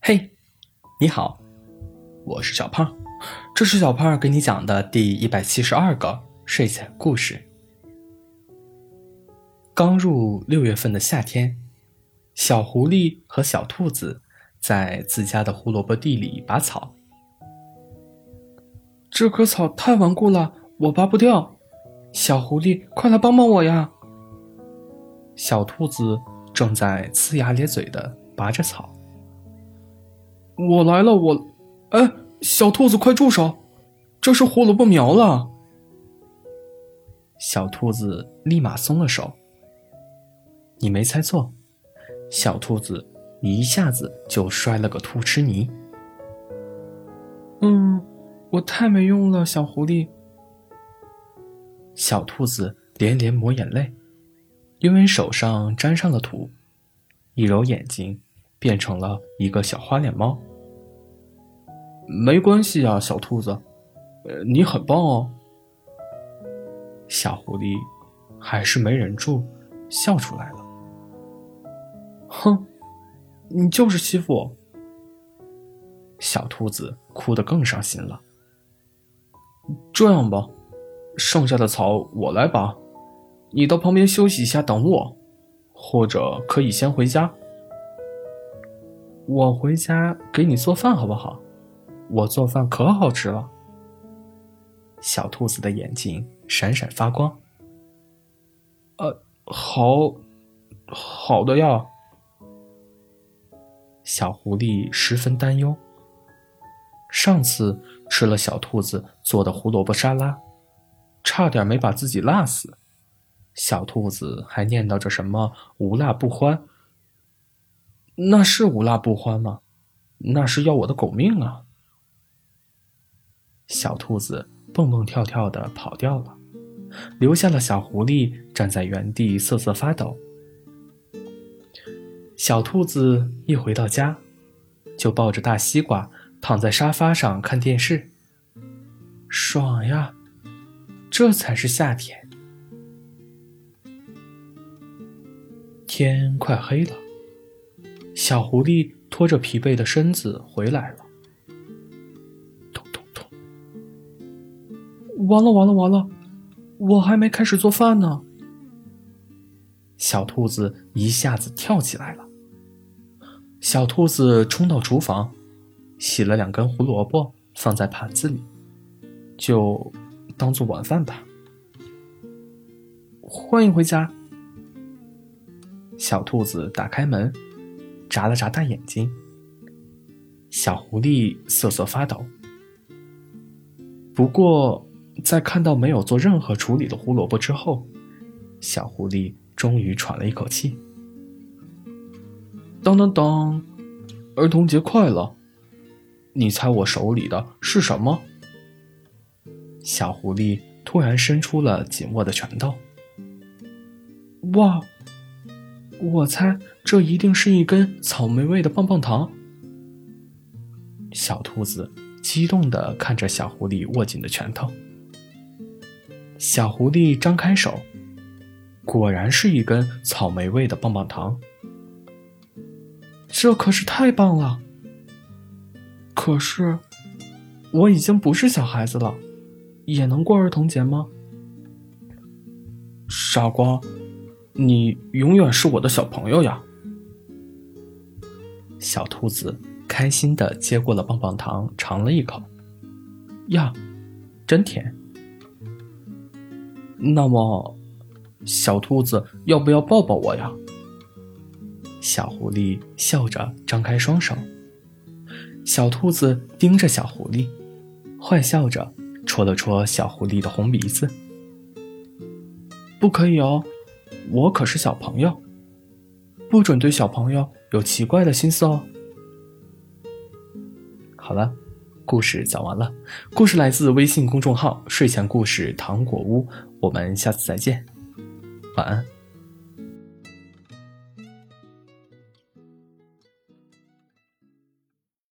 嘿，你好，我是小胖，这是小胖给你讲的第172个睡前故事。刚入6月份的夏天，小狐狸和小兔子在自家的胡萝卜地里拔草。这棵草太顽固了，我拔不掉，小狐狸快来帮帮我呀！小兔子正在呲牙咧嘴地拔着草。我来了，小兔子快住手，这是胡萝卜苗了。小兔子立马松了手。你没猜错，小兔子一下子就摔了个兔吃泥。我太没用了，小狐狸。小兔子连连抹眼泪，因为手上沾上了土，一揉眼睛变成了一个小花脸猫。没关系啊，小兔子，你很棒哦。小狐狸还是没忍住笑出来了。哼，你就是欺负我。小兔子哭得更伤心了。这样吧，剩下的草我来拔，你到旁边休息一下等我，或者可以先回家。我回家给你做饭好不好？我做饭可好吃了。小兔子的眼睛闪闪发光。好的呀。小狐狸十分担忧。上次吃了小兔子做的胡萝卜沙拉，差点没把自己辣死。小兔子还念叨着什么无辣不欢。那是无辣不欢吗？那是要我的狗命啊！小兔子蹦蹦跳跳地跑掉了，留下了小狐狸站在原地瑟瑟发抖。小兔子一回到家，就抱着大西瓜躺在沙发上看电视。爽呀，这才是夏天。天快黑了，小狐狸拖着疲惫的身子回来了。咚咚咚！完了，我还没开始做饭呢。小兔子一下子跳起来了。小兔子冲到厨房，洗了2根胡萝卜放在盘子里，就当做晚饭吧。欢迎回家。小兔子打开门，眨了眨大眼睛。小狐狸瑟瑟发抖。不过在看到没有做任何处理的胡萝卜之后，小狐狸终于喘了一口气。当当当，儿童节快乐！你猜我手里的是什么？小狐狸突然伸出了紧握的拳头。哇，我猜这一定是一根草莓味的棒棒糖。小兔子激动地看着小狐狸握紧的拳头。小狐狸张开手，果然是一根草莓味的棒棒糖。这可是太棒了！可是，我已经不是小孩子了，也能过儿童节吗？傻瓜，你永远是我的小朋友呀！小兔子开心地接过了棒棒糖，尝了一口。呀，真甜。那么，小兔子要不要抱抱我呀？小狐狸笑着张开双手。小兔子盯着小狐狸，坏笑着戳了戳小狐狸的红鼻子。不可以哦，我可是小朋友，不准对小朋友有奇怪的心思哦。好了，故事讲完了。故事来自微信公众号睡前故事糖果屋，我们下次再见，晚安。